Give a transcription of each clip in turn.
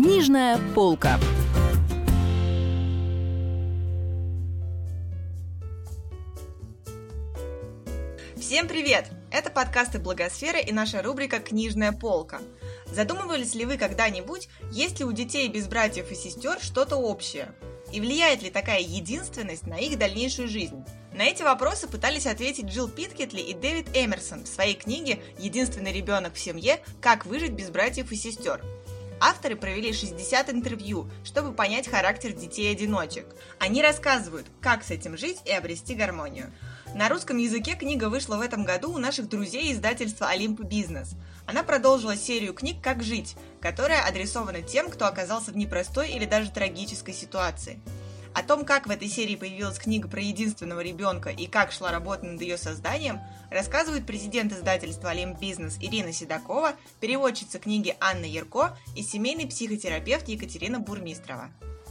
Книжная полка. Всем привет! Это подкасты Благосферы и наша рубрика «Книжная полка». Задумывались ли вы когда-нибудь, есть ли у детей без братьев и сестер что-то общее? И влияет ли такая единственность на их дальнейшую жизнь? На эти вопросы пытались ответить Джилл Питкетли и Дэвид Эмерсон в своей книге «Единственный ребенок в семье. Как выжить без братьев и сестер». Авторы провели 60 интервью, чтобы понять характер детей-одиночек. Они рассказывают, как с этим жить и обрести гармонию. На русском языке книга вышла в этом году у наших друзей издательства «Олимп Бизнес». Она продолжила серию книг «Как жить», которая адресована тем, кто оказался в непростой или даже трагической ситуации. О том, как в этой серии появилась книга про единственного ребенка и как шла работа над ее созданием, рассказывает президент издательства «Олимп Бизнес» Ирина Седокова, переводчица книги Анна Ярко и семейный психотерапевт Екатерина Бурмистрова.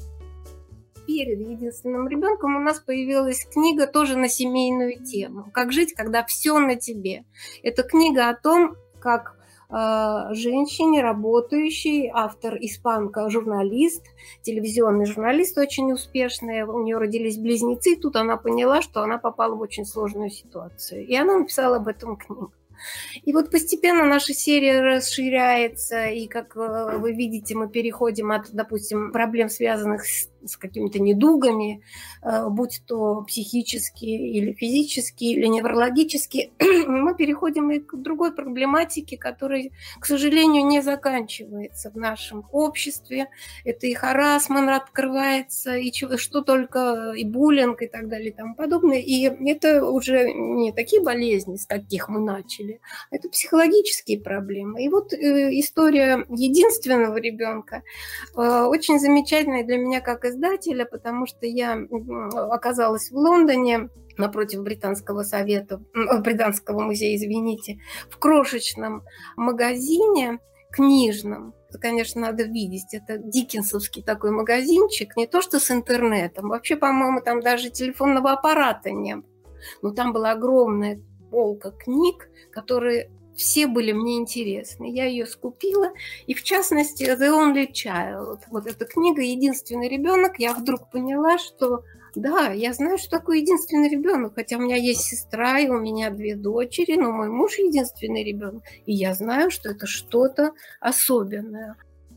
Перед единственным ребенком у нас появилась книга тоже на семейную тему «Как жить, когда все на тебе». Это книга о том, как женщине, работающей, автор испанка, журналист, телевизионный журналист очень успешная, у нее родились близнецы, и тут она поняла, что она попала в очень сложную ситуацию. И она написала об этом книгу. И вот постепенно наша серия расширяется, и, как вы видите, мы переходим от, допустим, проблем, связанных с какими-то недугами, будь то психические или физические, или неврологические, мы переходим и к другой проблематике, которая, к сожалению, не заканчивается в нашем обществе. Это и харассмент открывается, и что только, и буллинг, и так далее, и тому подобное. И это уже не такие болезни, с каких мы начали, это психологические проблемы. И вот история единственного ребенка очень замечательная для меня как издателя, потому что я оказалась в Лондоне напротив Британского музея, в крошечном магазине книжном. Это, конечно, надо видеть. Это диккенсовский такой магазинчик, не то что с интернетом. Вообще, по-моему, там даже телефонного аппарата не было. Но там была огромная полка книг, которые все были мне интересны. Я ее скупила. И, в частности, «The Only Child». Вот эта книга «Единственный ребенок». Я вдруг поняла, что да, я знаю, что такое единственный ребенок. Хотя у меня есть сестра, и у меня 2 дочери, но мой муж единственный ребенок. И я знаю, что это что-то особенное.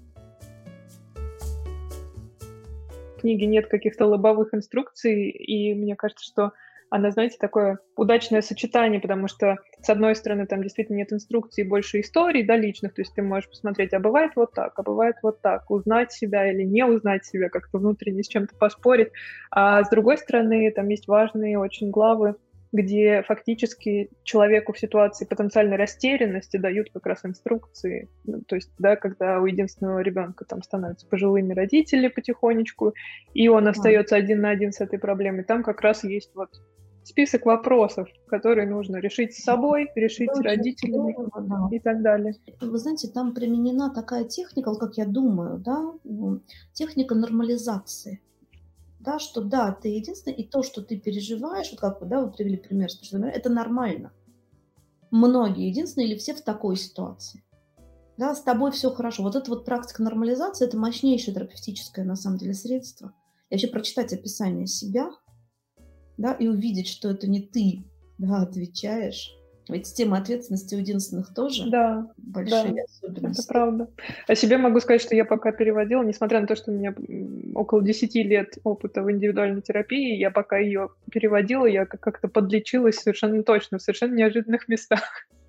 В книге нет каких-то лобовых инструкций, и мне кажется, что она, знаете, такое удачное сочетание, потому что, с одной стороны, там действительно нет инструкций, больше историй, да, личных, то есть ты можешь посмотреть, а бывает вот так, а бывает вот так, узнать себя или не узнать себя, как-то внутренне с чем-то поспорить. А с другой стороны, там есть важные очень главы, где фактически человеку в ситуации потенциальной растерянности дают как раз инструкции. Ну, то есть, да, когда у единственного ребенка там становятся пожилыми родители потихонечку, и он остается один на один с этой проблемой, там как раз есть вот список вопросов, которые нужно решить с собой, решить с родителями и так далее. Вы знаете, там применена такая техника, как я думаю, да, техника нормализации. Да, что да, ты единственный, и то, что ты переживаешь, вот как вы привели пример, это нормально. Многие единственные или все в такой ситуации. Да, с тобой все хорошо. Вот эта вот практика нормализации – это мощнейшее терапевтическое, на самом деле, средство. И вообще прочитать описание себя, да, и увидеть, что это не ты, да, отвечаешь. Ведь тема ответственности у единственных тоже большие особенности. Это правда. О себе могу сказать, что я пока переводила, несмотря на то, что у меня около 10 лет опыта в индивидуальной терапии, я пока ее переводила, я как-то подлечилась совершенно точно, в совершенно неожиданных местах.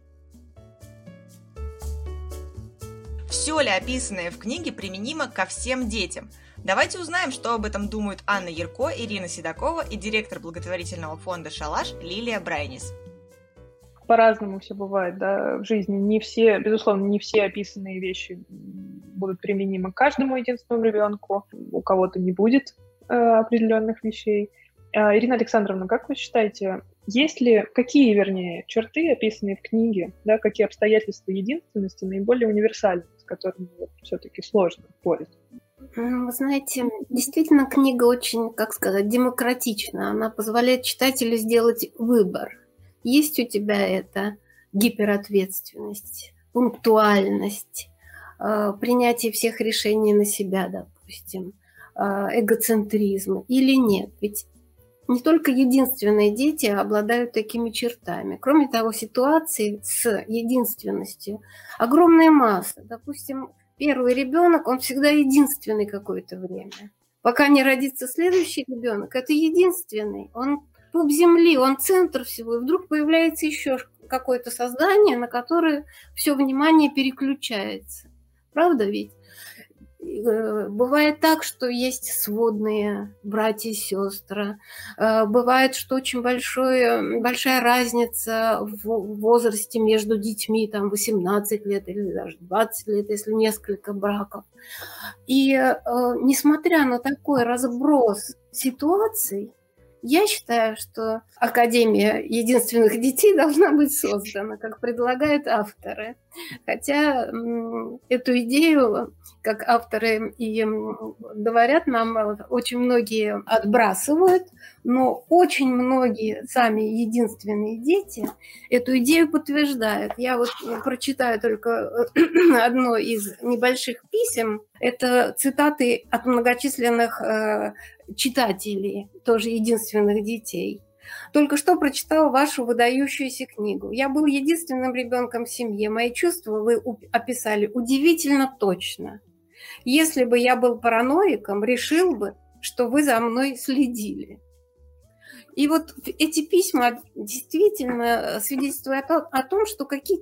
Все ли описанное в книге применимо ко всем детям? Давайте узнаем, что об этом думают Анна Ярко, Ирина Седокова и директор благотворительного фонда «Шалаш» Лилия Брайнис. По-разному все бывает, да, в жизни. Не все, безусловно, не все описанные вещи будут применимы к каждому единственному ребенку. У кого-то не будет определенных вещей. Ирина Александровна, как вы считаете, какие черты, описанные в книге, да, какие обстоятельства единственности наиболее универсальны, с которыми все-таки сложно спорить? Вы знаете, действительно, книга очень, демократична. Она позволяет читателю сделать выбор. Есть у тебя это гиперответственность, пунктуальность, принятие всех решений на себя, допустим, эгоцентризм или нет. Ведь не только единственные дети обладают такими чертами. Кроме того, ситуации с единственностью огромная масса. Допустим, первый ребенок, он всегда единственный какое-то время. Пока не родится следующий ребенок, это единственный. Он пуп земли, он центр всего. И вдруг появляется еще какое-то создание, на которое все внимание переключается. Правда ведь? Бывает так, что есть сводные братья и сестры. Бывает, что очень большая разница в возрасте между детьми, там 18 лет или даже 20 лет, если несколько браков. И несмотря на такой разброс ситуаций, я считаю, что Академия единственных детей должна быть создана, как предлагают авторы. Хотя эту идею, как авторы и говорят нам, очень многие отбрасывают, но очень многие сами единственные дети эту идею подтверждают. Я вот прочитаю только одно из небольших писем. Это цитаты от многочисленных читателей, тоже единственных детей. Только что прочитала вашу выдающуюся книгу. Я был единственным ребенком в семье. Мои чувства вы описали удивительно точно. Если бы я был параноиком, решил бы, что вы за мной следили. И вот эти письма действительно свидетельствуют о том, что какие-то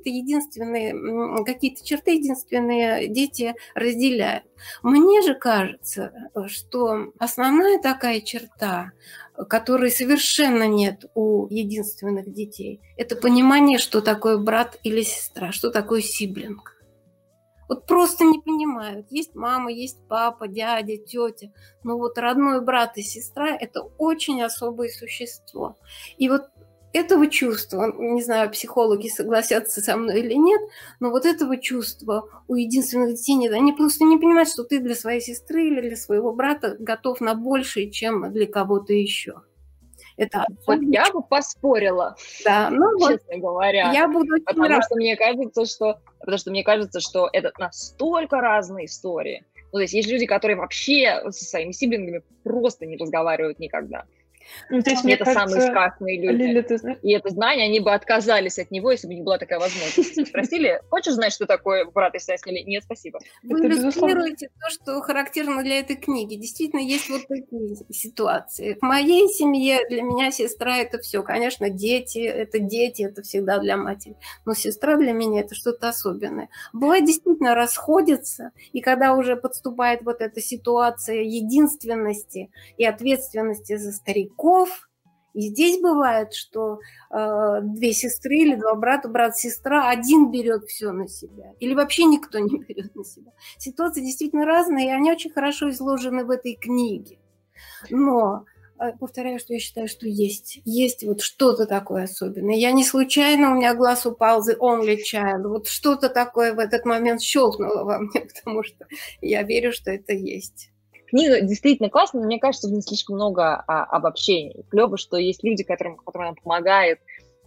черты единственные дети разделяют. Мне же кажется, что основная такая черта, которой совершенно нет у единственных детей, это понимание, что такое брат или сестра, что такое сиблинг. Вот просто не понимают. Есть мама, есть папа, дядя, тетя. Но вот родной брат и сестра – это очень особое существо. И вот этого чувства, не знаю, психологи согласятся со мной или нет, но вот этого чувства у единственных детей нет. Они просто не понимают, что ты для своей сестры или для своего брата готов на большее, чем для кого-то еще. Это вот я бы поспорила, да, честно говоря. Я буду потому что мне кажется, что это настолько разные истории. Ну, то есть есть люди, которые вообще со своими сиблингами просто не разговаривают никогда. Ну, то есть, и это кажется, самые сказные люди. Лиля, ты знаешь? И это знание, они бы отказались от него, если бы не была такая возможность. Спросили, хочешь знать, что такое брат и сестра? Нет, спасибо. Вы иллюстрируете то, что характерно для этой книги. Действительно, есть вот такие ситуации. В моей семье для меня сестра – это все. Конечно, дети, это всегда для матери. Но сестра для меня – это что-то особенное. Бывает, действительно расходятся, и когда уже подступает вот эта ситуация единственности и ответственности за стариков, и здесь бывает, что две сестры или два брата, брат-сестра, один берет все на себя. Или вообще никто не берет на себя. Ситуации действительно разные, и они очень хорошо изложены в этой книге. Но, повторяю, что я считаю, что есть вот что-то такое особенное. Я не случайно, у меня глаз упал The Only Child. Вот что-то такое в этот момент щелкнуло во мне, потому что я верю, что это есть. Книга действительно классная, но мне кажется, в ней слишком много обобщений. Клево, что есть люди, которым она помогает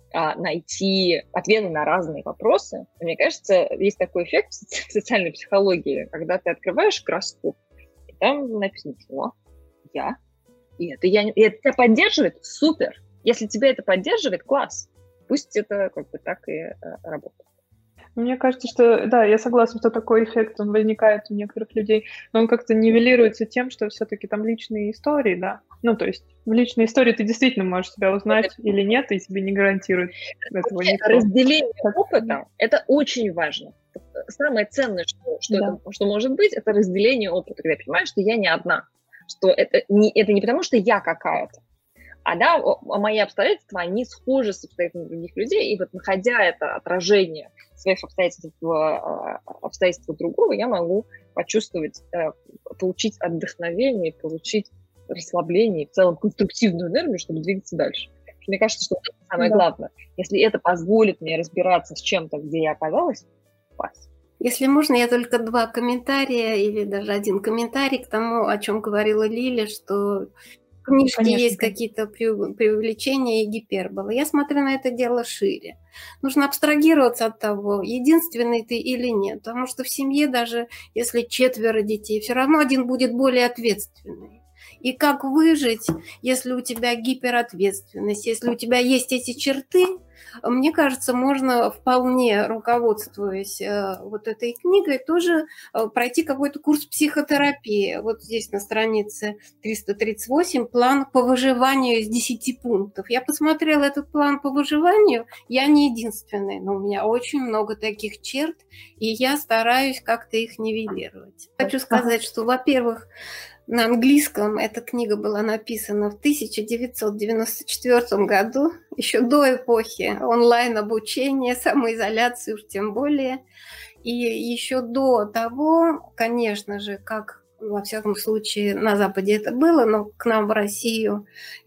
найти ответы на разные вопросы. Мне кажется, есть такой эффект в социальной психологии, когда ты открываешь гороскоп, и там написано «я». И это тебя поддерживает? Супер! Если тебя это поддерживает, класс. Пусть это как бы так и работает. Мне кажется, что, да, я согласна, что такой эффект, он возникает у некоторых людей, но он как-то нивелируется тем, что все-таки там личные истории, да. Ну, то есть в личной истории ты действительно можешь себя узнать или нет, и тебе не гарантирует этого никто. Разделение опыта – это очень важно. Самое ценное, что может быть, это разделение опыта, когда я понимаю, что я не одна, что это не потому, что я какая-то, а мои обстоятельства, они схожи с обстоятельствами других людей, и вот находя это отражение своих обстоятельств в обстоятельствах другого, я могу почувствовать, получить вдохновение, получить расслабление, в целом конструктивную энергию, чтобы двигаться дальше. Мне кажется, что это самое главное. Если это позволит мне разбираться с чем-то, где я оказалась, класс. Если можно, я только 2 комментария или даже 1 комментарий к тому, о чем говорила Лиля, что книжке Конечно, есть да. какие-то преувеличения и гиперболы. Я смотрю на это дело шире. Нужно абстрагироваться от того, единственный ты или нет. Потому что в семье, даже если 4 детей, все равно один будет более ответственный. И как выжить, если у тебя гиперответственность, если у тебя есть эти черты, мне кажется, можно вполне, руководствуясь вот этой книгой, тоже пройти какой-то курс психотерапии. Вот здесь на странице 338 план по выживанию из 10 пунктов. Я посмотрела этот план по выживанию, я не единственная, но у меня очень много таких черт, и я стараюсь как-то их нивелировать. Хочу сказать, что, во-первых, на английском эта книга была написана в 1994 году, еще до эпохи онлайн-обучения, самоизоляции уж тем более. И еще до того, конечно же, как во всяком случае на Западе это было, но к нам в Россию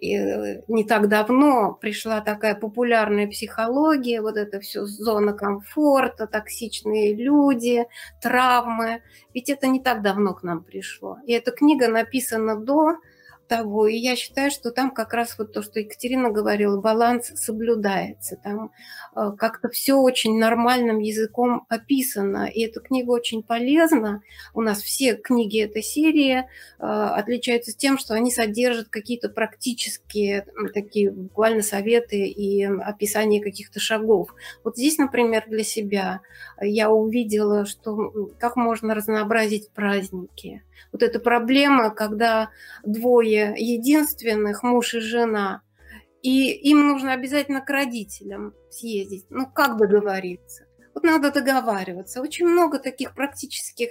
не так давно пришла такая популярная психология, вот это все зона комфорта, токсичные люди, травмы. Ведь это не так давно к нам пришло. И эта книга написана до того, и я считаю, что там как раз вот то, что Екатерина говорила, баланс соблюдается. Там как-то все очень нормальным языком описано, и эта книга очень полезна. У нас все книги этой серии отличаются тем, что они содержат какие-то практические такие буквально советы и описание каких-то шагов. Вот здесь, например, для себя я увидела, что как можно разнообразить праздники. Вот эта проблема, когда двое единственных, муж и жена, и им нужно обязательно к родителям съездить. Ну, как договориться? Вот надо договариваться. Очень много таких практических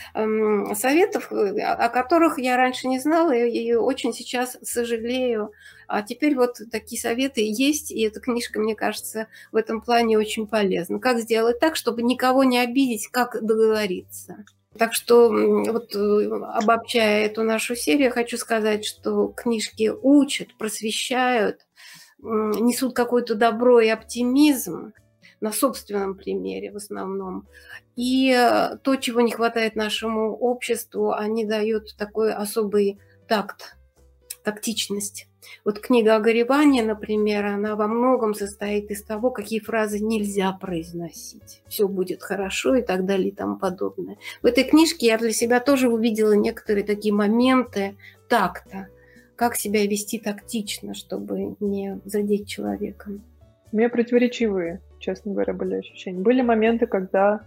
советов, о которых я раньше не знала, и очень сейчас сожалею. А теперь вот такие советы есть, и эта книжка, мне кажется, в этом плане очень полезна. Как сделать так, чтобы никого не обидеть, как договориться? Так что, вот обобщая эту нашу серию, хочу сказать, что книжки учат, просвещают, несут какое-то добро и оптимизм на собственном примере в основном. И то, чего не хватает нашему обществу, они дают такой особый такт, тактичность. Вот книга о горевании, например, она во многом состоит из того, какие фразы нельзя произносить. Все будет хорошо и так далее и тому подобное. В этой книжке я для себя тоже увидела некоторые такие моменты такта, как себя вести тактично, чтобы не задеть человека. У меня противоречивые, честно говоря, были ощущения. Были моменты, когда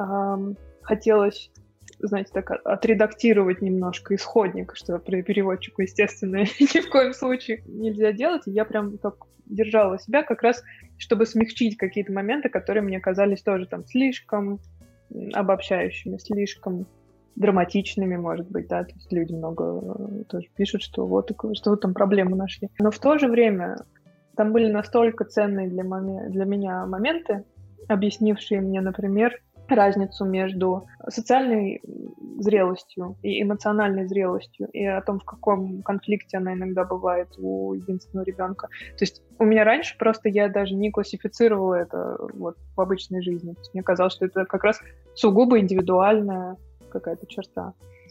хотелось, знаете, так отредактировать немножко исходник, что при переводчику, естественно, ни в коем случае нельзя делать. И я прям так держала себя как раз, чтобы смягчить какие-то моменты, которые мне казались тоже там слишком обобщающими, слишком драматичными, может быть, да, то есть люди много тоже пишут, что вот вы там проблему нашли. Но в то же время там были настолько ценные для меня моменты, объяснившие мне, например, разницу между социальной зрелостью и эмоциональной зрелостью, и о том, в каком конфликте она иногда бывает у единственного ребенка. То есть у меня раньше просто я даже не классифицировала это вот в обычной жизни. То есть мне казалось, что это как раз сугубо индивидуальная какая-то черта.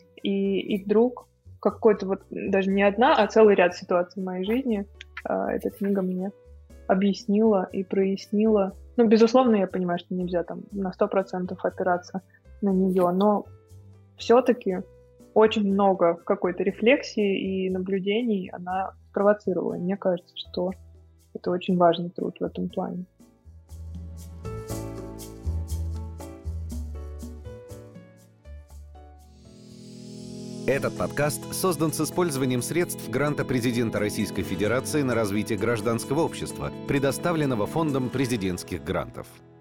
И вдруг какой-то вот даже не одна, а целый ряд ситуаций в моей жизни эта книга мне объяснила и прояснила. Ну, безусловно, я понимаю, что нельзя там на 100% опираться на нее, но все-таки очень много какой-то рефлексии и наблюдений она спровоцировала. Мне кажется, что это очень важный труд в этом плане. Этот подкаст создан с использованием средств гранта президента Российской Федерации на развитие гражданского общества, предоставленного Фондом президентских грантов.